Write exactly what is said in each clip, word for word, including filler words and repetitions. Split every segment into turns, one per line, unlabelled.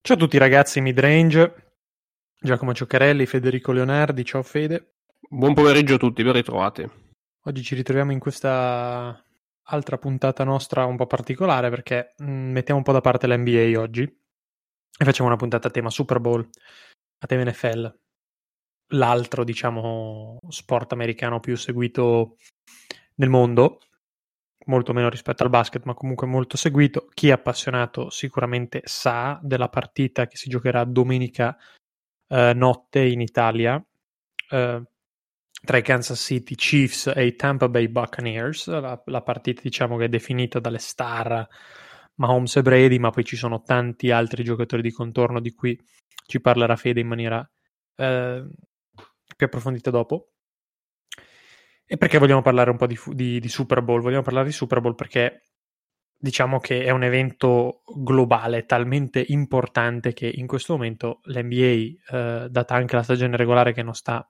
Ciao a tutti ragazzi, Midrange, Giacomo Cioccarelli, Federico Leonardi, ciao Fede.
Buon pomeriggio a tutti, ben ritrovati.
Oggi ci ritroviamo in questa altra puntata nostra un po' particolare perché mh, mettiamo un po' da parte l'N B A oggi e facciamo una puntata a tema Super Bowl, a tema N F L, l'altro diciamo sport americano più seguito nel mondo, molto meno rispetto al basket, ma comunque molto seguito. Chi è appassionato sicuramente sa della partita che si giocherà domenica eh, notte in Italia eh, tra i Kansas City Chiefs e i Tampa Bay Buccaneers. La, la partita diciamo che è definita dalle star Mahomes e Brady, ma poi ci sono tanti altri giocatori di contorno di cui ci parlerà Fede in maniera eh, più approfondita dopo. E perché vogliamo parlare un po' di, di, di Super Bowl? Vogliamo parlare di Super Bowl perché diciamo che è un evento globale talmente importante che in questo momento l'N B A, eh, data anche la stagione regolare che non sta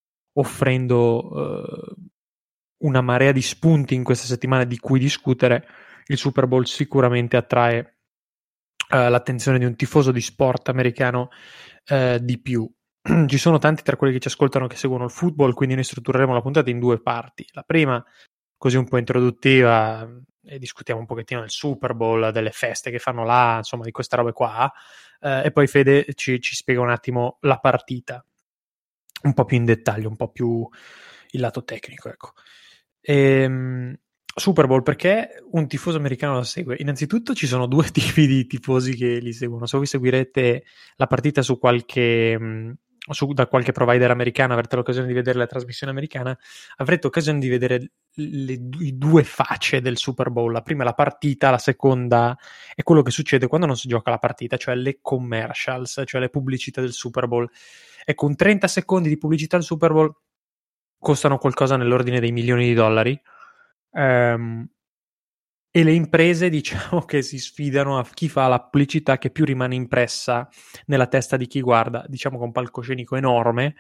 offrendo eh, una marea di spunti in questa settimana di cui discutere, il Super Bowl sicuramente attrae eh, l'attenzione di un tifoso di sport americano eh, di più. Ci sono tanti tra quelli che ci ascoltano che seguono il football, quindi noi struttureremo la puntata in due parti. La prima, così un po' introduttiva, e discutiamo un pochettino del Super Bowl, delle feste che fanno là, insomma di queste robe qua, eh, e poi Fede ci, ci spiega un attimo la partita, un po' più in dettaglio, un po' più il lato tecnico, ecco. Ehm, Super Bowl, perché un tifoso americano la segue? Innanzitutto ci sono due tipi di tifosi che li seguono. Se voi seguirete la partita su qualche... Mh, su, da qualche provider americano, avrete l'occasione di vedere la trasmissione americana, avrete occasione di vedere le, i due facce del Super Bowl. La prima è la partita, la seconda è quello che succede quando non si gioca la partita, cioè le commercials, cioè le pubblicità del Super Bowl. E con trenta secondi di pubblicità del Super Bowl costano qualcosa nell'ordine dei milioni di dollari. Um, e le imprese diciamo che si sfidano a chi fa la pubblicità che più rimane impressa nella testa di chi guarda, diciamo con un palcoscenico enorme,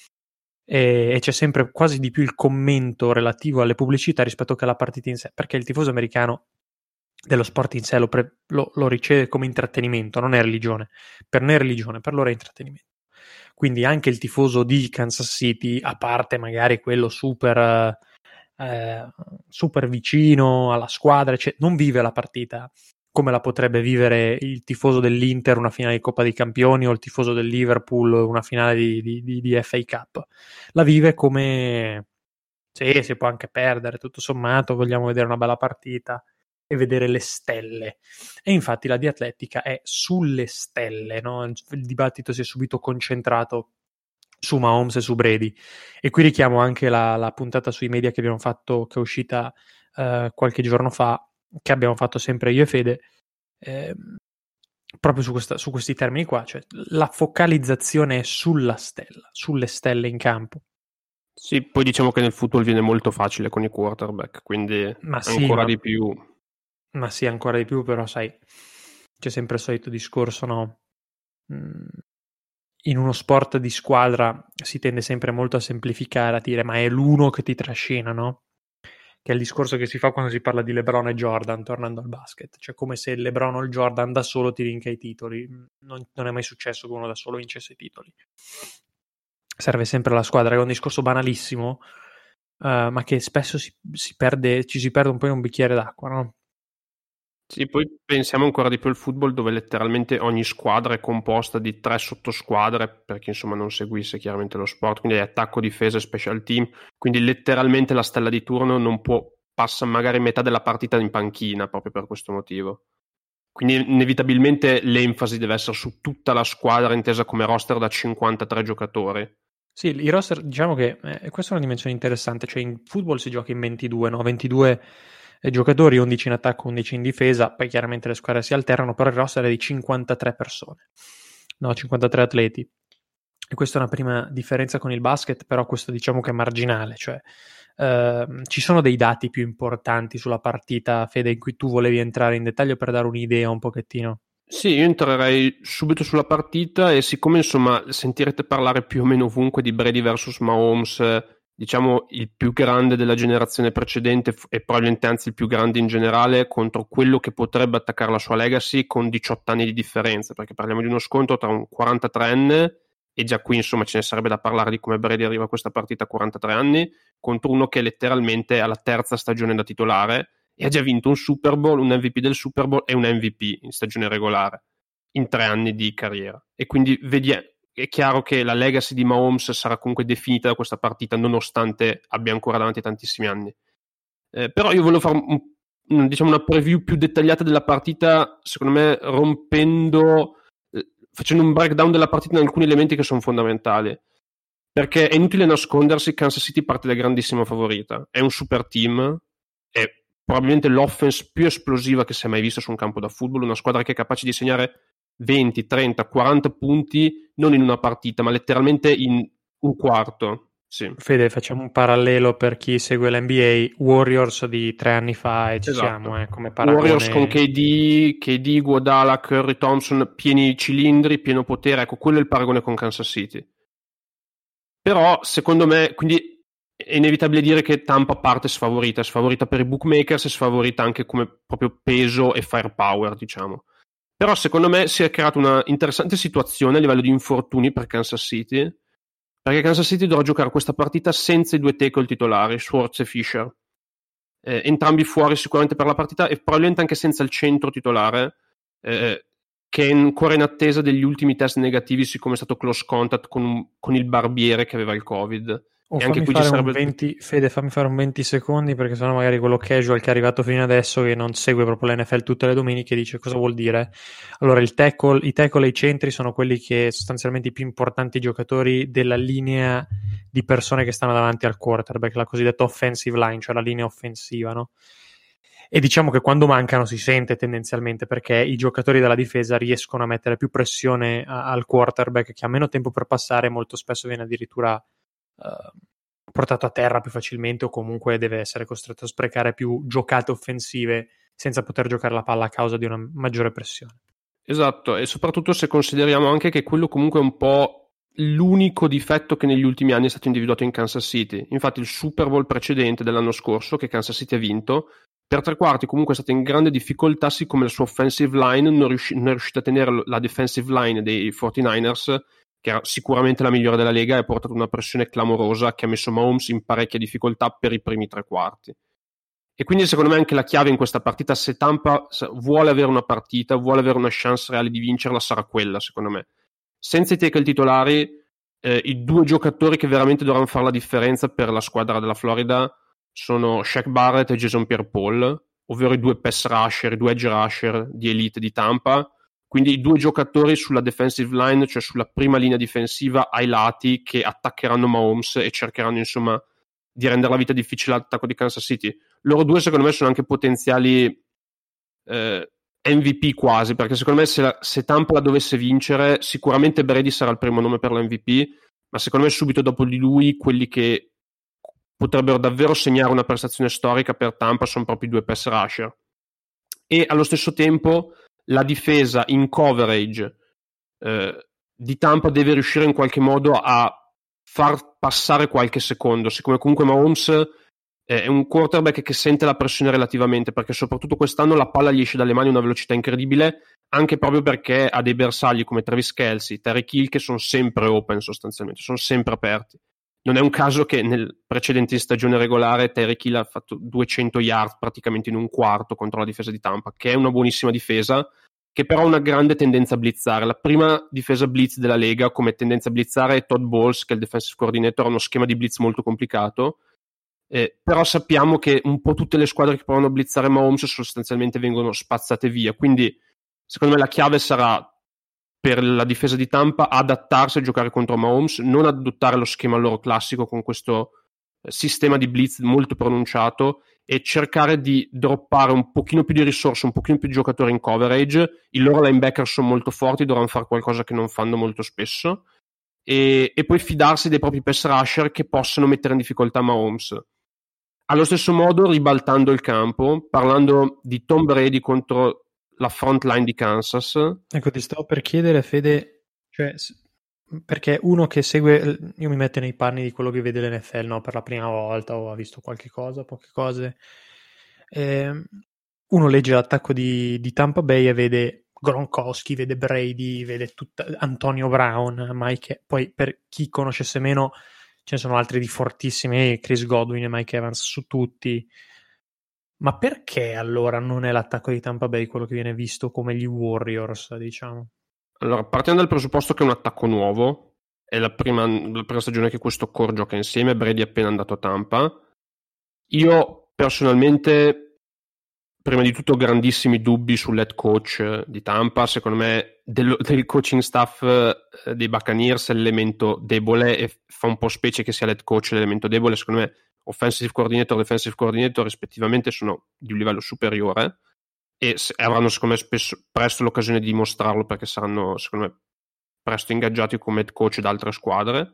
e, e c'è sempre quasi di più il commento relativo alle pubblicità rispetto che alla partita in sé, perché il tifoso americano dello sport in sé lo, pre- lo, lo riceve come intrattenimento, non è religione. Per noi è religione, per loro è intrattenimento. Quindi anche il tifoso di Kansas City, a parte magari quello super eh, super vicino alla squadra, cioè, non vive la partita come la potrebbe vivere il tifoso dell'Inter una finale di Coppa dei Campioni o il tifoso del Liverpool una finale di, di, di, di F A Cup. La vive come sì, si può anche perdere, tutto sommato vogliamo vedere una bella partita e vedere le stelle. E infatti la diatletica è sulle stelle, no? Il dibattito si è subito concentrato su Mahomes e su Brady. E qui richiamo anche la, la puntata sui media che abbiamo fatto, che è uscita uh, qualche giorno fa, che abbiamo fatto sempre io e Fede, eh, proprio su, questa, su questi termini qua, cioè la focalizzazione è sulla stella, sulle stelle in campo.
Sì, poi diciamo che nel football viene molto facile con i quarterback, quindi
ma sì,
ancora
ma,
di più.
Ma sì, ancora di più, però sai, c'è sempre il solito discorso, no? Mm. In uno sport di squadra si tende sempre molto a semplificare, a dire ma è l'uno che ti trascina, no? Che è il discorso che si fa quando si parla di LeBron e Jordan, tornando al basket. Cioè come se LeBron o il Jordan da solo ti vinca i titoli. Non, non è mai successo che uno da solo vincesse i titoli. Serve sempre la squadra. È un discorso banalissimo, uh, ma che spesso si, si perde, ci si perde un po' in un bicchiere d'acqua, no?
Sì, poi pensiamo ancora di più al football dove letteralmente ogni squadra è composta di tre sottosquadre, per chi insomma non seguisse chiaramente lo sport, quindi è attacco, difesa e special team, quindi letteralmente la stella di turno non può, passa magari metà della partita in panchina proprio per questo motivo. Quindi inevitabilmente l'enfasi deve essere su tutta la squadra intesa come roster da cinquantatré giocatori.
Sì, i roster, diciamo che eh, questa è una dimensione interessante, cioè in football si gioca in ventidue, no? ventidue eh, giocatori, undici in attacco, undici in difesa, poi chiaramente le squadre si alternano, però il roster è di cinquantatré persone, no? cinquantatré atleti. E questa è una prima differenza con il basket, però questo diciamo che è marginale, cioè eh, ci sono dei dati più importanti sulla partita, Fede, in cui tu volevi entrare in dettaglio per dare un'idea un pochettino.
Sì, io entrerei subito sulla partita e siccome insomma sentirete parlare più o meno ovunque di Brady versus Mahomes diciamo il più grande della generazione precedente e probabilmente anzi il più grande in generale contro quello che potrebbe attaccare la sua legacy con diciotto anni di differenza, perché parliamo di uno scontro tra un quarantatreenne, e già qui insomma ce ne sarebbe da parlare di come Brady arriva a questa partita a quarantatré anni, contro uno che letteralmente ha la terza stagione da titolare e ha già vinto un Super Bowl, un M V P del Super Bowl e un M V P in stagione regolare in tre anni di carriera. E quindi vediamo, è chiaro che la legacy di Mahomes sarà comunque definita da questa partita, nonostante abbia ancora davanti tantissimi anni. Eh, però io volevo fare un, un, diciamo una preview più dettagliata della partita, secondo me rompendo, eh, facendo un breakdown della partita in alcuni elementi che sono fondamentali. Perché è inutile nascondersi, Kansas City parte da grandissima favorita. È un super team, è probabilmente l'offense più esplosiva che si è mai vista su un campo da football, una squadra che è capace di segnare venti, trenta, quaranta punti non in una partita, ma letteralmente in un quarto. Sì.
Fede, facciamo un parallelo per chi segue l'N B A, Warriors di tre anni fa e ci
esatto.
siamo, eh, come paragone.
Warriors con K D, K D, Iguodala, Curry, Thompson, pieni cilindri, pieno potere, ecco, quello è il paragone con Kansas City. Però, secondo me, quindi è inevitabile dire che Tampa parte sfavorita, è sfavorita per i bookmakers, è sfavorita anche come proprio peso e firepower, diciamo. Però secondo me si è creata una interessante situazione a livello di infortuni per Kansas City, perché Kansas City dovrà giocare questa partita senza i due tackle titolari, Schwartz e Fisher, eh, entrambi fuori sicuramente per la partita e probabilmente anche senza il centro titolare, eh, che è ancora in attesa degli ultimi test negativi, siccome è stato close contact con, un, con il barbiere che aveva il Covid.
O
e anche
fammi
qui
fare
ci sarebbe...
un venti, Fede, fammi fare un venti secondi, perché sennò magari quello casual che è arrivato fino adesso, che non segue proprio l'N F L tutte le domeniche, dice cosa vuol dire. Allora, il tackle, i tackle e i centri sono quelli che sostanzialmente i più importanti giocatori della linea di persone che stanno davanti al quarterback, la cosiddetta offensive line, cioè la linea offensiva, no? E diciamo che quando mancano si sente tendenzialmente, perché i giocatori della difesa riescono a mettere più pressione a, al quarterback, che ha meno tempo per passare, molto spesso viene addirittura uh, portato a terra più facilmente, o comunque deve essere costretto a sprecare più giocate offensive senza poter giocare la palla a causa di una maggiore pressione.
Esatto, e soprattutto se consideriamo anche che quello comunque è un po' l'unico difetto che negli ultimi anni è stato individuato in Kansas City. Infatti il Super Bowl precedente dell'anno scorso, che Kansas City ha vinto, per tre quarti comunque è stata in grande difficoltà, siccome la sua offensive line non, riusci- non è riuscita a tenere la defensive line dei quarantanovers, che era sicuramente la migliore della Lega, e ha portato una pressione clamorosa che ha messo Mahomes in parecchia difficoltà per i primi tre quarti. E quindi secondo me anche la chiave in questa partita, se Tampa vuole avere una partita, vuole avere una chance reale di vincerla, sarà quella, secondo me. Senza i tackle titolari, eh, i due giocatori che veramente dovranno fare la differenza per la squadra della Florida sono Shaq Barrett e Jason Pierre-Paul, ovvero i due pass rusher, i due edge rusher di elite di Tampa. Quindi i due giocatori sulla defensive line, cioè sulla prima linea difensiva ai lati, che attaccheranno Mahomes e cercheranno insomma di rendere la vita difficile all'attacco di Kansas City. Loro due secondo me sono anche potenziali eh, M V P quasi, perché secondo me se, la, se Tampa la dovesse vincere, sicuramente Brady sarà il primo nome per l'M V P, ma secondo me subito dopo di lui quelli che potrebbero davvero segnare una prestazione storica per Tampa sono proprio i due pass rusher. E allo stesso tempo la difesa in coverage eh, di Tampa deve riuscire in qualche modo a far passare qualche secondo, siccome comunque Mahomes eh, è un quarterback che sente la pressione relativamente, perché soprattutto quest'anno la palla gli esce dalle mani a una velocità incredibile, anche proprio perché ha dei bersagli come Travis Kelce, Tyreek Hill, che sono sempre open sostanzialmente, sono sempre aperti. Non è un caso che nel precedente stagione regolare Tyreek Hill ha fatto duecento yard praticamente in un quarto contro la difesa di Tampa, che è una buonissima difesa, che però ha una grande tendenza a blitzare. La prima difesa blitz della Lega come tendenza a blitzare è Todd Bowles, che è il defensive coordinator, ha uno schema di blitz molto complicato, eh, però sappiamo che un po' tutte le squadre che provano a blitzare Mahomes sostanzialmente vengono spazzate via, quindi secondo me la chiave sarà per la difesa di Tampa adattarsi a giocare contro Mahomes, non adottare lo schema loro classico con questo sistema di blitz molto pronunciato e cercare di droppare un pochino più di risorse, un pochino più di giocatori in coverage. I loro linebacker sono molto forti, dovranno fare qualcosa che non fanno molto spesso, e, e poi fidarsi dei propri pass rusher che possono mettere in difficoltà Mahomes. Allo stesso modo, ribaltando il campo, parlando di Tom Brady contro la front line di Kansas.
Ecco, ti stavo per chiedere, Fede, cioè perché uno che segue, io mi metto nei panni di quello che vede l'N F L, no, per la prima volta, o ha visto qualche cosa, poche cose, eh, uno legge l'attacco di, di Tampa Bay e vede Gronkowski, vede Brady, vede tutta, Antonio Brown, Mike, poi per chi conoscesse meno ce ne sono altri di fortissimi, Chris Godwin e Mike Evans su tutti. Ma perché allora non è l'attacco di Tampa Bay quello che viene visto come gli Warriors, diciamo?
Allora, partendo dal presupposto che è un attacco nuovo, è la prima, la prima stagione che questo core gioca insieme, Brady è appena andato a Tampa. Io personalmente, prima di tutto, ho grandissimi dubbi sull'head coach di Tampa. Secondo me del, del coaching staff eh, dei Buccaneers è l'elemento debole, e fa un po' specie che sia l'head coach l'elemento debole. Secondo me offensive coordinator e defensive coordinator rispettivamente sono di un livello superiore, e se, avranno secondo me spesso, presto l'occasione di dimostrarlo, perché saranno secondo me presto ingaggiati come head coach da altre squadre.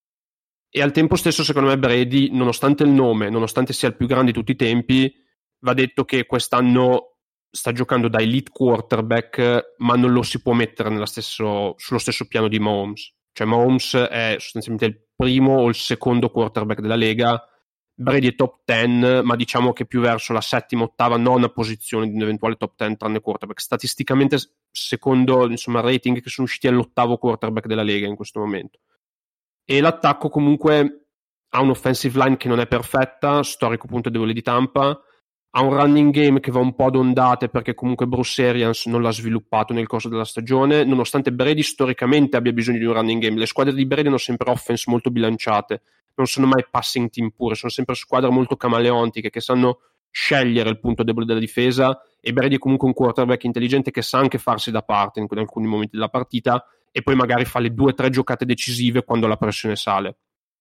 E al tempo stesso secondo me Brady, nonostante il nome, nonostante sia il più grande di tutti i tempi, va detto che quest'anno sta giocando da elite quarterback, ma non lo si può mettere nello stesso, sullo stesso piano di Mahomes. Cioè Mahomes è sostanzialmente il primo o il secondo quarterback della Lega, Brady è top dieci, ma diciamo che più verso la settima, ottava, nona posizione di un eventuale top dieci tranne quarterback. Statisticamente, secondo insomma rating, che sono usciti all'ottavo quarterback della Lega in questo momento. E l'attacco comunque ha un offensive line che non è perfetta, storico punto debole di Tampa, ha un running game che va un po' ad ondate perché comunque Bruce Arians non l'ha sviluppato nel corso della stagione, nonostante Brady storicamente abbia bisogno di un running game. Le squadre di Brady hanno sempre offense molto bilanciate, non sono mai passing team pure, sono sempre squadre molto camaleontiche che sanno scegliere il punto debole della difesa, e Brady è comunque un quarterback intelligente che sa anche farsi da parte in alcuni momenti della partita, e poi magari fa le due o tre giocate decisive quando la pressione sale.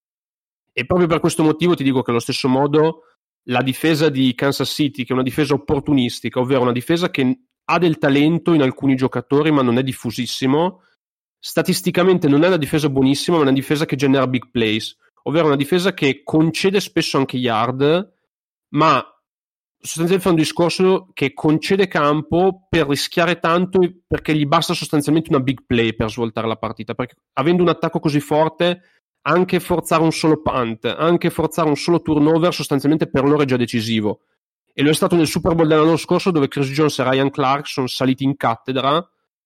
E proprio per questo motivo ti dico che allo stesso modo la difesa di Kansas City, che è una difesa opportunistica, ovvero una difesa che ha del talento in alcuni giocatori ma non è diffusissimo, statisticamente non è una difesa buonissima, ma è una difesa che genera big plays, ovvero una difesa che concede spesso anche yard, ma sostanzialmente fa un discorso che concede campo per rischiare tanto, perché gli basta sostanzialmente una big play per svoltare la partita, perché avendo un attacco così forte anche forzare un solo punt, anche forzare un solo turnover sostanzialmente per loro è già decisivo, e lo è stato nel Super Bowl dell'anno scorso, dove Chris Jones e Ryan Clark sono saliti in cattedra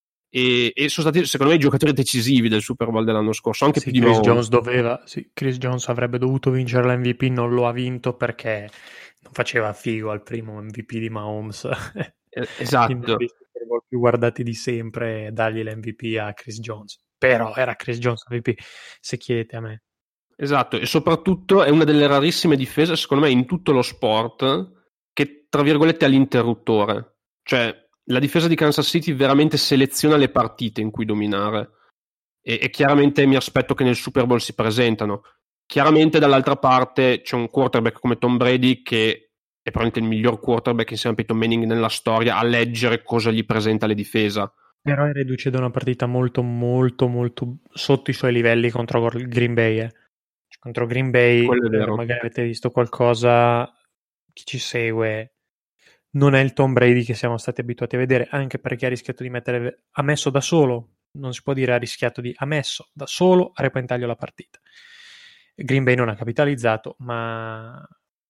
e, e sono stati secondo me i giocatori decisivi del Super Bowl dell'anno scorso, anche
sì,
più di
Chris
Mahomes.
Jones doveva, sì, Chris Jones avrebbe dovuto vincere l'M V P, non lo ha vinto perché non faceva figo al primo M V P di Mahomes.
Esatto.
I più guardati di sempre, dargli l'M V P a Chris Jones, però era Chris Jones M V P, se chiedete a me.
Esatto, e soprattutto è una delle rarissime difese, secondo me, in tutto lo sport che, tra virgolette, ha l'interruttore. Cioè, la difesa di Kansas City veramente seleziona le partite in cui dominare, e, e chiaramente mi aspetto che nel Super Bowl si presentano. Chiaramente dall'altra parte c'è un quarterback come Tom Brady, che è probabilmente il miglior quarterback insieme a Peyton Manning nella storia, a leggere cosa gli presenta le difesa.
Però è riduce da una partita molto molto molto sotto i suoi livelli contro Green Bay, eh. Contro Green Bay, eh, magari avete visto qualcosa, chi ci segue, non è il Tom Brady che siamo stati abituati a vedere, anche perché ha rischiato di mettere, ha messo da solo, non si può dire ha rischiato di, ha messo da solo a repentaglio la partita. Green Bay non ha capitalizzato, ma,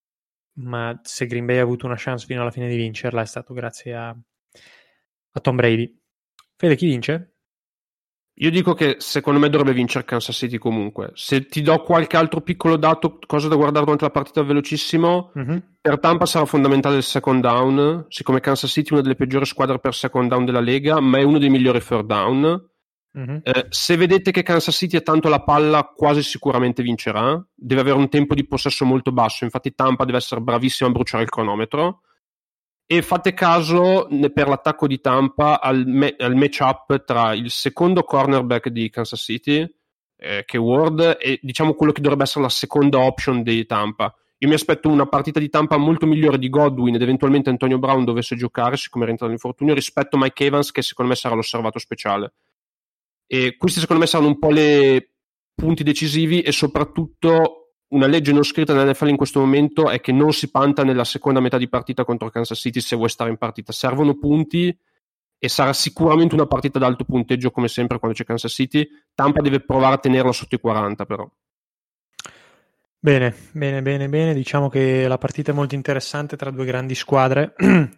ma se Green Bay ha avuto una chance fino alla fine di vincerla è stato grazie a, a Tom Brady. Fede, chi vince?
Io dico che secondo me dovrebbe vincere Kansas City comunque. Se ti do qualche altro piccolo dato, cosa da guardare durante la partita velocissimo, mm-hmm. per Tampa sarà fondamentale il second down, siccome Kansas City è una delle peggiori squadre per second down della Lega, ma è uno dei migliori third down. Mm-hmm. Eh, se vedete che Kansas City ha tanto la palla, quasi sicuramente vincerà. Deve avere un tempo di possesso molto basso, infatti Tampa deve essere bravissima a bruciare il cronometro. E fate caso per l'attacco di Tampa al, me- al match-up tra il secondo cornerback di Kansas City, eh, che è Ward, e diciamo quello che dovrebbe essere la seconda option di Tampa. Io mi aspetto una partita di Tampa molto migliore di Godwin ed eventualmente Antonio Brown dovesse giocare, siccome rientra dall'infortunio, rispetto a Mike Evans, che secondo me sarà l'osservato speciale. E questi secondo me saranno un po' i punti decisivi, e soprattutto una legge non scritta nell'N F L in questo momento è che non si panta nella seconda metà di partita contro Kansas City se vuoi stare in partita. Servono punti, e sarà sicuramente una partita ad alto punteggio come sempre quando c'è Kansas City. Tampa deve provare a tenerla sotto i quaranta però.
Bene, bene, bene, bene. Diciamo che la partita è molto interessante tra due grandi squadre.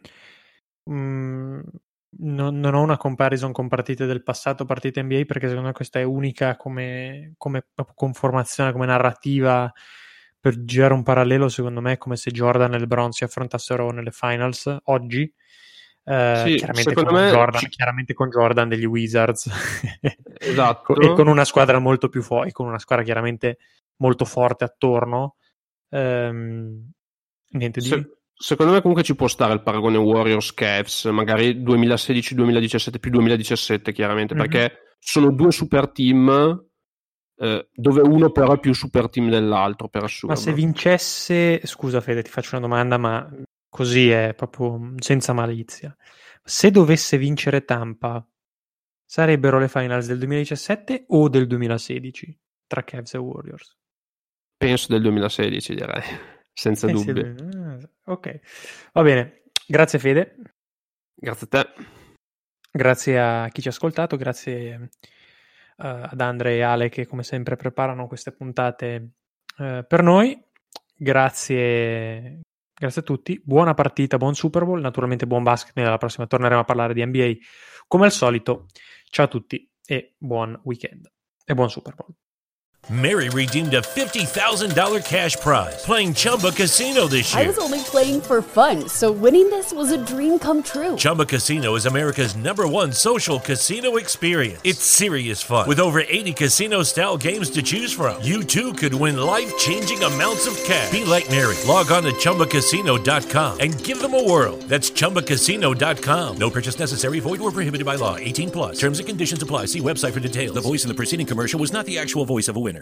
mm, non, non ho una comparison con partite del passato, partite N B A, perché secondo me questa è unica come, come conformazione, come narrativa. Per girare un parallelo, secondo me è come se Jordan e LeBron si affrontassero nelle finals oggi. Uh,
sì,
chiaramente, con
me
Jordan,
ci...
chiaramente con Jordan degli Wizards.
Esatto.
E con una squadra molto più forte, con una squadra chiaramente molto forte attorno. Um, niente
Se,
di...
Secondo me comunque ci può stare il paragone Warriors-Cavs, magari duemilasedici duemiladiciassette più duemiladiciassette chiaramente, mm-hmm. perché sono due super team eh, dove uno però è più super team dell'altro, per assurdo.
Ma se vincesse, scusa Fede, ti faccio una domanda, ma così è proprio senza malizia. Se dovesse vincere Tampa, sarebbero le finals del duemiladiciassette o del duemilasedici tra Cavs e Warriors?
Penso del duemilasedici, direi, senza
Pensi
dubbio.
Del... Ok, va bene. Grazie Fede.
Grazie a te.
Grazie a chi ci ha ascoltato, grazie uh, ad Andre e Ale che come sempre preparano queste puntate uh, per noi. Grazie, grazie a tutti. Buona partita, buon Super Bowl, naturalmente buon basket. Nella prossima torneremo a parlare di N B A come al solito. Ciao a tutti e buon weekend e buon Super Bowl.
Mary redeemed a fifty thousand dollars cash prize playing Chumba Casino this year.
I was only playing for fun, so winning this was a dream come true.
Chumba Casino is America's number one social casino experience. It's serious fun. With over eighty casino-style games to choose from, you too could win life-changing amounts of cash. Be like Mary. Log on to Chumba Casino dot com and give them a whirl. That's Chumba Casino dot com. No purchase necessary. Void or prohibited by law. eighteen plus. Terms and conditions apply. See website for details. The voice in the preceding commercial was not the actual voice of a winner.